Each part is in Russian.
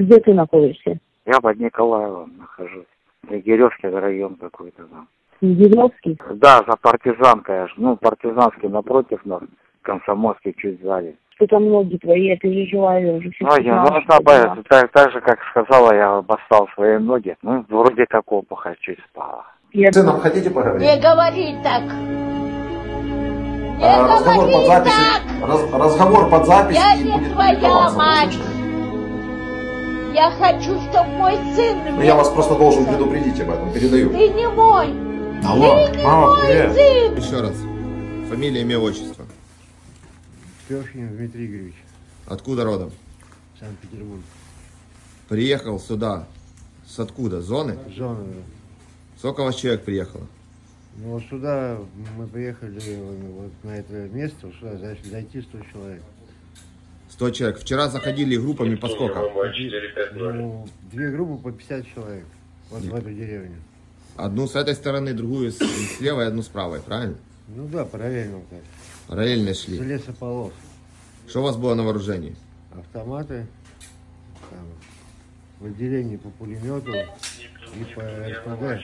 Где ты находишься? Я под Николаевым нахожусь. Снегиревский район какой-то там. Снегиревский? Да, за Партизанкой аж. Ну, Партизанский напротив нас, Комсомольский чуть сзади. Что там ноги твои, я переживаю уже. Ну, я нужно бояться. Так же, как сказала, я обоссал свои ноги. Ну, вроде как опухоль чуть спала. Сыном хотите поговорить? Не говори так! Разговор под запись. Разговор под запись. Я не твоя мать! Я хочу, чтобы мой сын... Но я вас просто должен предупредить об этом. Передаю. Ты не мой! Алло, ты не мама, мой привет. сын! Еще раз. Фамилия, имя, отчество. Першин Дмитрий Игоревич. Откуда родом? Санкт-Петербург. Приехал сюда. С откуда? Зоны? Зона. Сколько у вас человек приехало? Ну вот сюда мы приехали вот на это место, сюда зайти 100 человек. 100 человек. Вчера заходили группами по сколько? Ну, две группы по 50 человек. Вот в эту деревню. Одну с этой стороны, другую с левой, одну с правой, правильно? Ну да, параллельно вот так. Параллельно шли. С лесополос. Что у вас было на вооружении? Автоматы. Там, в отделении по пулемету и по РПГ.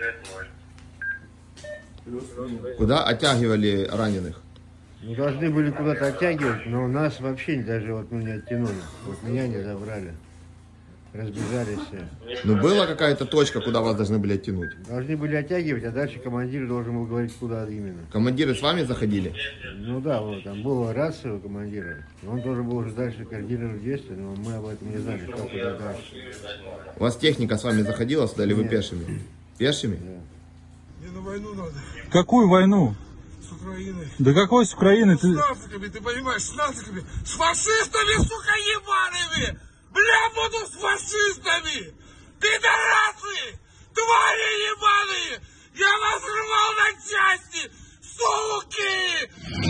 Куда оттягивали раненых? Ну, должны были куда-то оттягивать, но нас вообще даже вот, не оттянули. Вот меня не забрали. Разбежались все. Ну, была какая-то точка, куда вас должны были оттянуть? Должны были оттягивать, а дальше командир должен был говорить, куда именно. Командиры с вами заходили? Ну да, вот, там была рация у командира. Он должен был уже дальше координировать действия, но мы об этом не знали, что куда дальше. У вас техника с вами заходила сюда или вы пешими? Пешими? Да. Мне на войну надо. Какую войну? С Украиной. Да какой с Украины? С нациками, ты понимаешь, с нациками. С фашистами, сука, ебаными! Бля, буду с фашистами! Пидорасы! Твари ебаные! Я вас рвал на части! Суки!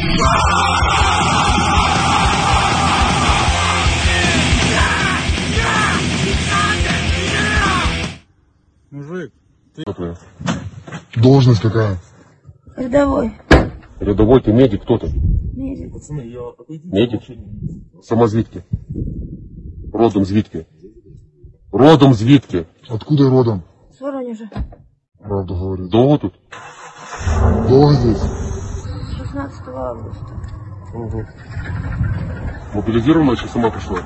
Мужик, Какая? Должность какая? Рядовой. Рядовой, ты медик, кто ты? Медик. Медик? Самозвідки. Родом звідки? Родом звідки? Откуда родом? С Воронежа. Правду говорит. Довго тут? Долго здесь? 16 августа. Угу. Мобилизированная, чи сама пришла?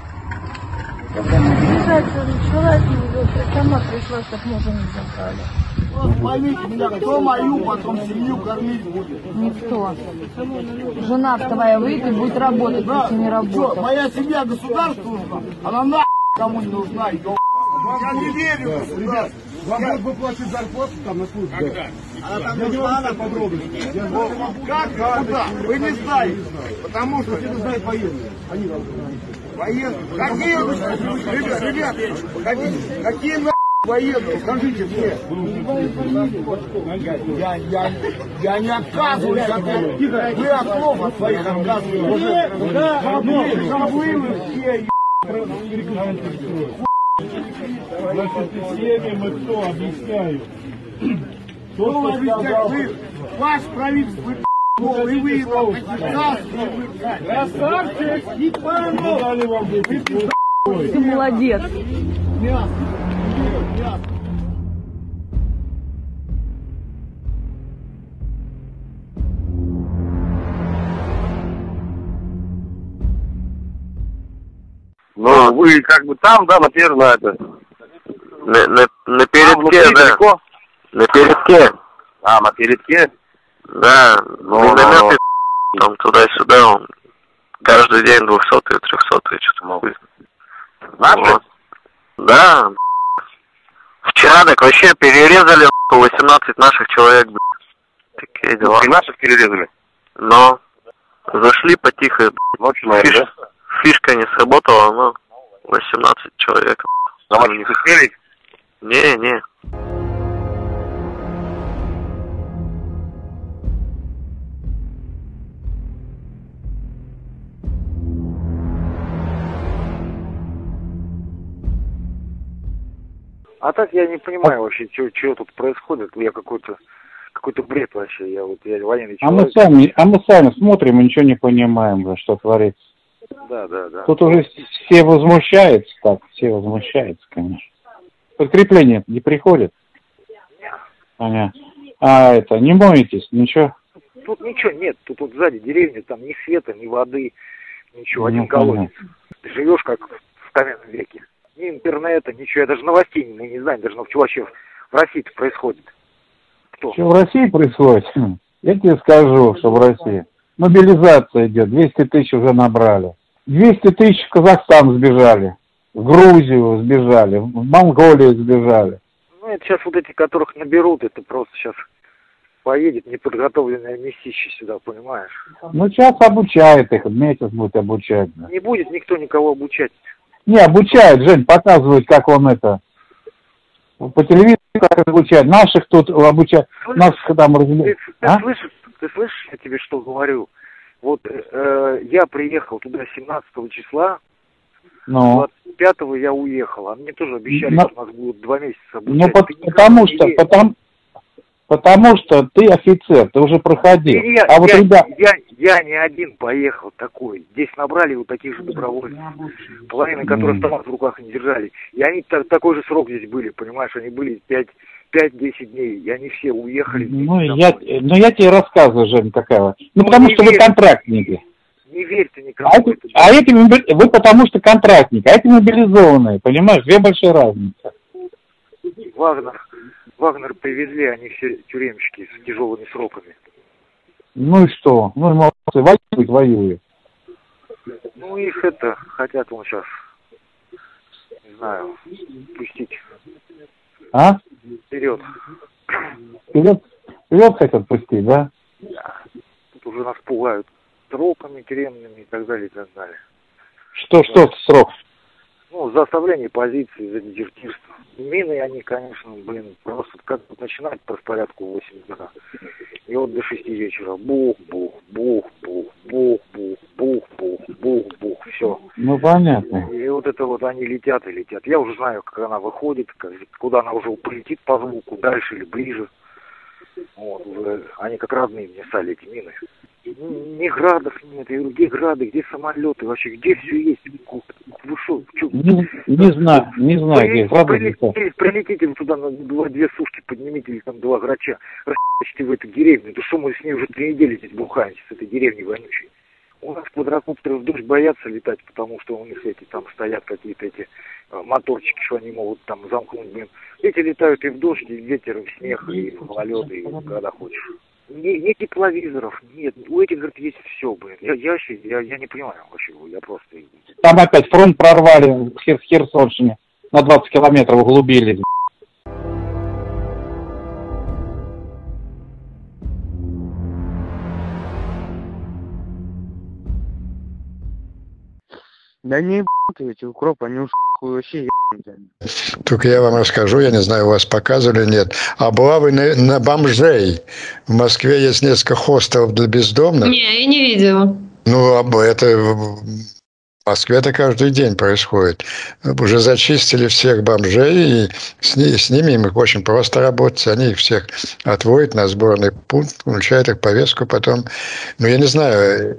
Мобилизацию начала, я сама пришла, как мужа не забрали. Поймите меня, кто мою потом семью кормить будет? Никто. Жена твоя выйдет и будет работать, если не работает. Что, моя семья государству нужна? Она нахуй кому не нужна, я не верю в государство. Вам будут выплачивать зарплату там на службе? Когда? Она там нужна на подробности. Как? Куда? Вы не знаете. Потому что это знают военные. Они должны знать. Военные? Какие? Ребят, какие нахуй военные? Скажите мне. Я не отказываюсь от этого. Вы от слов от своих отказываетесь. значит, всеми мы кто? Объясняю. Вы, ваш правительство, и вы его красавчик, не дали вам Ты молодец. Ну, вы как бы там, да, наверное, это... На передке, да. Далеко? На передке. А, на передке? Да, минометы там туда-сюда, он каждый день 200-е, 300-е, что-то могут. Наши? Вот. Да. Вчера так вообще перерезали 18 наших человек, такие дела. И наших перерезали? Но зашли потихо, ночью, наверное, да? Фишка не сработала, но 18 человек. А вы не успели? Не. А так я не понимаю вообще, что тут происходит. Я какой-то бред вообще. Я военный человек. А мы сами смотрим и ничего не понимаем, что творится. Да, да, да. Тут уже все возмущаются, так, все возмущаются, конечно. Подкрепление не приходит? Понятно. А это, не моетесь, ничего? Тут ничего нет, тут вот сзади деревня, там ни света, ни воды, ничего, один понятно. колодец. Ты живешь как в каменном веке. Ни интернета, ничего, я даже новостей не знаю, даже что вообще в России-то происходит. Кто? Что в России происходит? Я тебе скажу, что в России. Мобилизация идет, 200 тысяч уже набрали. 200 тысяч в Казахстан сбежали, в Грузию сбежали, в Монголию сбежали. Ну, это сейчас вот эти, которых наберут, это просто сейчас поедет неподготовленное месище сюда, понимаешь? Ну, сейчас обучают их, месяц будет обучать. Да. Не будет никто никого обучать. Не, обучают, Жень, показывают, как он это... По телевизору как обучают. Наших тут обучают. Наших там разделяют. Ты слышишь, я тебе что говорю? Вот я приехал туда 17 числа, 25-го я уехал, а мне тоже обещали, что нас будут 2 месяца обучать. Ну, потому что ты офицер, ты уже проходил. Я не один поехал такой. Здесь набрали вот таких же добровольцев. Половина, которые автомат в руках не держали. И они такой же срок здесь были, понимаешь, они были 5-10 дней, и они все уехали. Ну, я тебе рассказываю, Жень, какая вот. Ну, потому что вы контрактники. Не верьте никому. Вы потому что контрактники, а эти мобилизованные, понимаешь, две большие разницы. Вагнер привезли, они все тюремщики с тяжелыми сроками. Ну и что? Ну, молодцы, воюют. Ну, их это, хотят вон сейчас, не знаю, пустить. А? Вперед. Вперед хотят пустить, да? Да. Тут уже нас пугают сроками тюремными и так далее, и так далее. Что срок? Ну, за оставление позиции, за дезертирство. Мины они, конечно, просто как начинать по распорядку в 8 утра. И вот до 6 вечера. Бух-бух, бух-бух, бух-бух, бух-бух, бух-бух, все. Ну, понятно. И вот это вот они летят и летят. Я уже знаю, как она выходит, куда она уже полетит по звуку, дальше или ближе. Вот, уже они как родные мне стали, эти мины. Ни градов нет, я говорю, где грады, где самолеты, вообще, где все есть? Вы что? Не знаю, где грады. Прилетите туда на 2 сушки, поднимите или там 2 грача, расчите в эту деревню. Да что мы с ней уже 3 недели здесь бухаемся, с этой деревней вонючей. У нас квадрокоптеры в дождь боятся летать, потому что у них эти там стоят какие-то эти моторчики, что они могут там замкнуть. Эти летают и в дождь, и в ветер, и в снег, и в гололед, и когда хочешь. Нет тепловизоров, нет. У этих, говорит, есть все, блин. Я не понимаю вообще, я просто... Там опять фронт прорвали в Херсонщине. На 20 километров углубились. Да не эти укропы, они уж вообще Только я вам расскажу, я не знаю, у вас показывали, нет. Облавы на бомжей. В Москве есть несколько хостелов для бездомных. Не, я не видела. Ну, это в Москве это каждый день происходит. Уже зачистили всех бомжей, и с ними им очень просто работать. Они их всех отводят на сборный пункт, включают их повестку потом. Но я не знаю,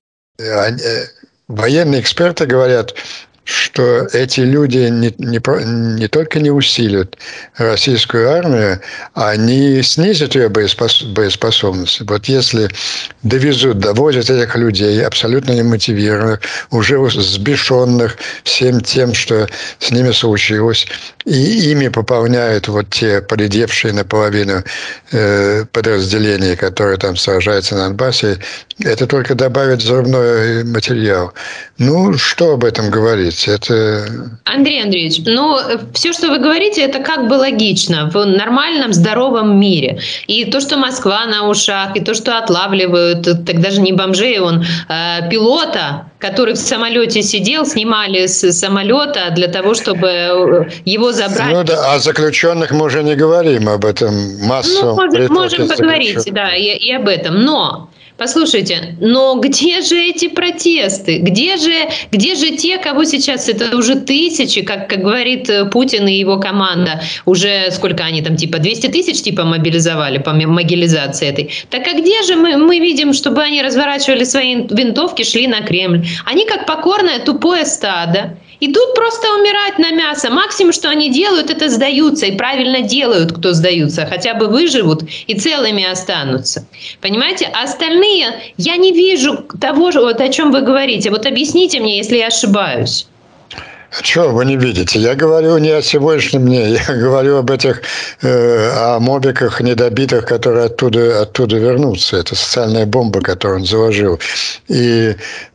военные эксперты говорят, что эти люди не только не усилят российскую армию, они снизят ее боеспособность. Вот если довозят этих людей, абсолютно немотивированных, уже сбешенных всем тем, что с ними случилось, и ими пополняют вот те поредевшие наполовину подразделения, которые там сражаются на Донбассе, это только добавит взрывной материал. Ну, что об этом говорить? Это... Андрей Андреевич, все, что вы говорите, это как бы логично в нормальном, здоровом мире. И то, что Москва на ушах, и то, что отлавливают, так даже не бомжей, пилота, который в самолете сидел, снимали с самолета для того, чтобы его забрать. Ну да, о заключенных мы уже не говорим об этом массовом. Можем поговорить, да, и об этом. Но Послушайте, но где же эти протесты? Где же те, кого сейчас, это уже тысячи, как говорит Путин и его команда, уже сколько они там, типа 200 тысяч типа мобилизовали по могилизации этой. Так а где же мы видим, чтобы они разворачивали свои винтовки, шли на Кремль? Они как покорное тупое стадо. Идут просто умирать на мясо. Максимум, что они делают, это сдаются. И правильно делают, кто сдаются. Хотя бы выживут и целыми останутся. Понимаете? А остальные, я не вижу того, вот о чем вы говорите. Вот объясните мне, если я ошибаюсь. Чего вы не видите? Я говорю не о сегодняшнем дне, я говорю об этих, о мобиках недобитых, которые оттуда вернутся. Это социальная бомба, которую он заложил. И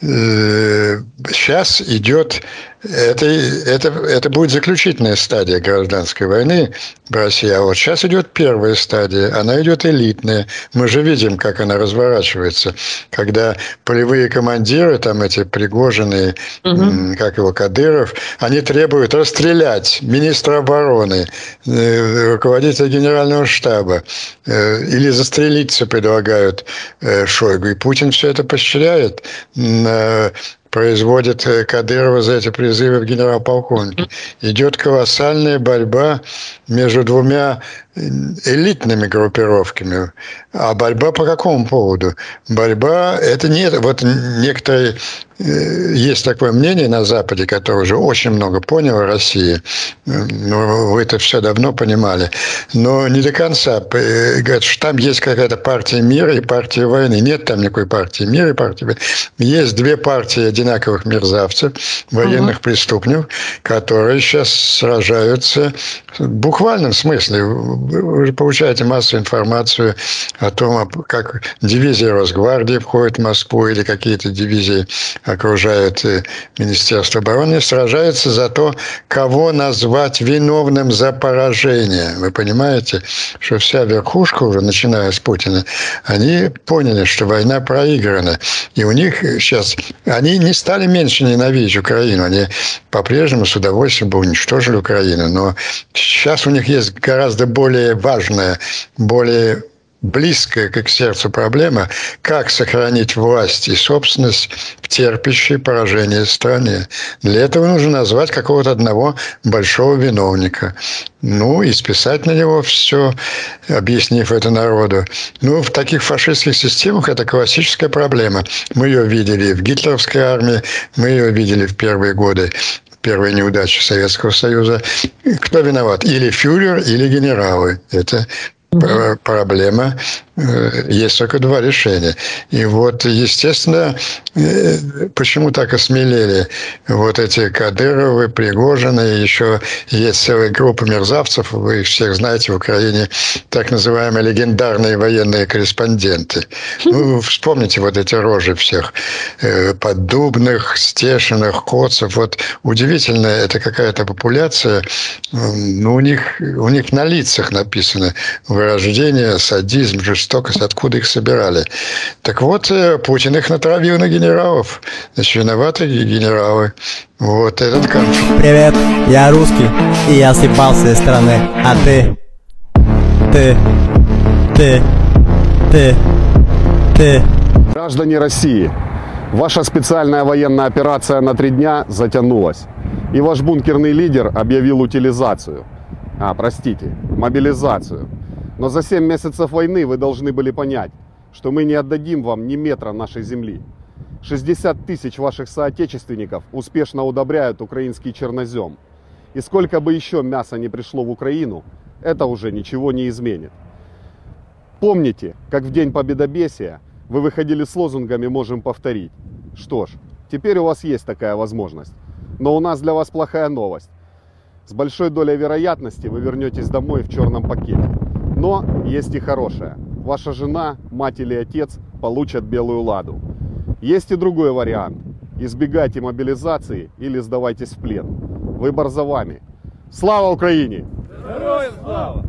сейчас идет... Это будет заключительная стадия гражданской войны в России. А вот сейчас идет первая стадия. Она идет элитная. Мы же видим, как она разворачивается. Когда полевые командиры, там эти Пригожины, как его, Кадыров, они требуют расстрелять министра обороны, руководителя генерального штаба. Или застрелиться предлагают Шойгу. И Путин все это поощряет, производит Кадырова за эти призывы в генерал-полковники. Идет колоссальная борьба между двумя элитными группировками. А борьба по какому поводу? Борьба, это не... Вот некоторые... Есть такое мнение на Западе, которое уже очень много понял о России. Ну, вы это все давно понимали. Но не до конца. Говорят, что там есть какая-то партия мира и партия войны. Нет там никакой партии мира и партии войны. Есть две партии одинаковых мерзавцев, военных преступников, которые сейчас сражаются в буквальном смысле. Вы же получаете массовую информацию о том, как дивизии Росгвардии входят в Москву или какие-то дивизии окружают Министерство обороны, сражаются за то, кого назвать виновным за поражение. Вы понимаете, что вся верхушка уже, начиная с Путина, они поняли, что война проиграна. И у них сейчас... Они не стали меньше ненавидеть Украину. Они по-прежнему с удовольствием бы уничтожили Украину. Но сейчас у них есть гораздо более важная, более близкая к сердцу проблема, как сохранить власть и собственность в терпящей поражение стране. Для этого нужно назвать какого-то одного большого виновника. Ну, и списать на него все, объяснив это народу. Ну, в таких фашистских системах это классическая проблема. Мы ее видели в гитлеровской армии, мы ее видели в первые годы, первые неудачи Советского Союза. Кто виноват? Или фюрер, или генералы. Это проблема. Есть только два решения. И вот, естественно, почему так осмелели вот эти Кадыровы, Пригожины, еще есть целая группа мерзавцев, вы их всех знаете в Украине, так называемые легендарные военные корреспонденты. Ну, вспомните вот эти рожи всех. Поддубных, Стешиных, Коцев. Вот удивительная это какая-то популяция. Ну, у них на лицах написано вырождение, садизм, жестокость, откуда их собирали. Так вот, Путин их натравил на генералов. Значит, виноваты генералы. Вот этот конфликт. Привет, я русский, и я съебался из страны. А ты? Граждане России, ваша специальная военная операция на 3 дня затянулась. И ваш бункерный лидер объявил утилизацию. Мобилизацию. Но за 7 месяцев войны вы должны были понять, что мы не отдадим вам ни метра нашей земли. 60 тысяч ваших соотечественников успешно удобряют украинский чернозем. И сколько бы еще мяса не пришло в Украину, это уже ничего не изменит. Помните, как в день победобесия вы выходили с лозунгами «Можем повторить». Что ж, теперь у вас есть такая возможность. Но у нас для вас плохая новость. С большой долей вероятности вы вернетесь домой в черном пакете. Но есть и хорошее. Ваша жена, мать или отец получат белую ладу. Есть и другой вариант. Избегайте мобилизации или сдавайтесь в плен. Выбор за вами. Слава Украине! Героям слава!